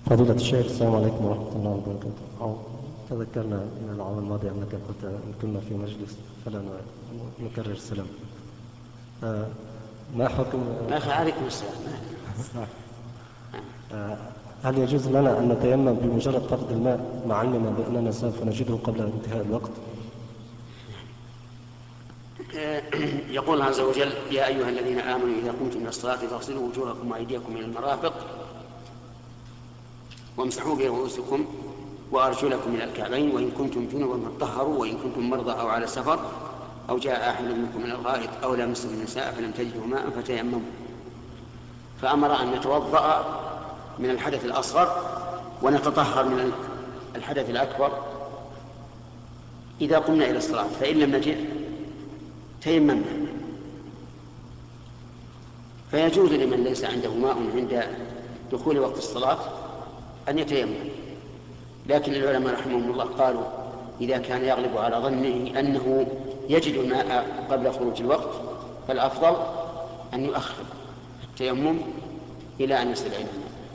فضيلة الشيخ، السلام عليكم ورحمة الله وبركاته. تذكرنا من العام الماضي أنك قلت إن كنا في مجلس فلا نكرر السلام. ما حكم عليكم السلام. هل يجوز لنا أن نتيمم بمجرد فقد الماء مع علمنا بأننا سوف نجده قبل انتهاء الوقت؟ يقول الله عز وجل: يا أيها الذين آمنوا إذا قمتم إلى الصلاة فاغسلوا وجوهكم وأيديكم إلى المرافق وامسحوا برؤوسكم وأرجلكم إلى الكعبين وإن كنتم جنبا فاطهروا وإن كنتم مرضى أو على سفر أو جاء أحد منكم من الغائط أو لامستم النساء فلم تجدوا ماء فتيمموا. فأمر أن نتوضأ من الحدث الأصغر ونتطهر من الحدث الأكبر إذا قمنا إلى الصلاة، فإن لم نجد تيممنا. فيجوز لمن ليس عنده ماء عند دخول وقت الصلاة أن يتيمم، لكن العلماء رحمهم الله قالوا إذا كان يغلب على ظنه أنه يجد الماء قبل خروج الوقت فالأفضل أن يؤخر التيمم إلى أن يصل إلى الماء.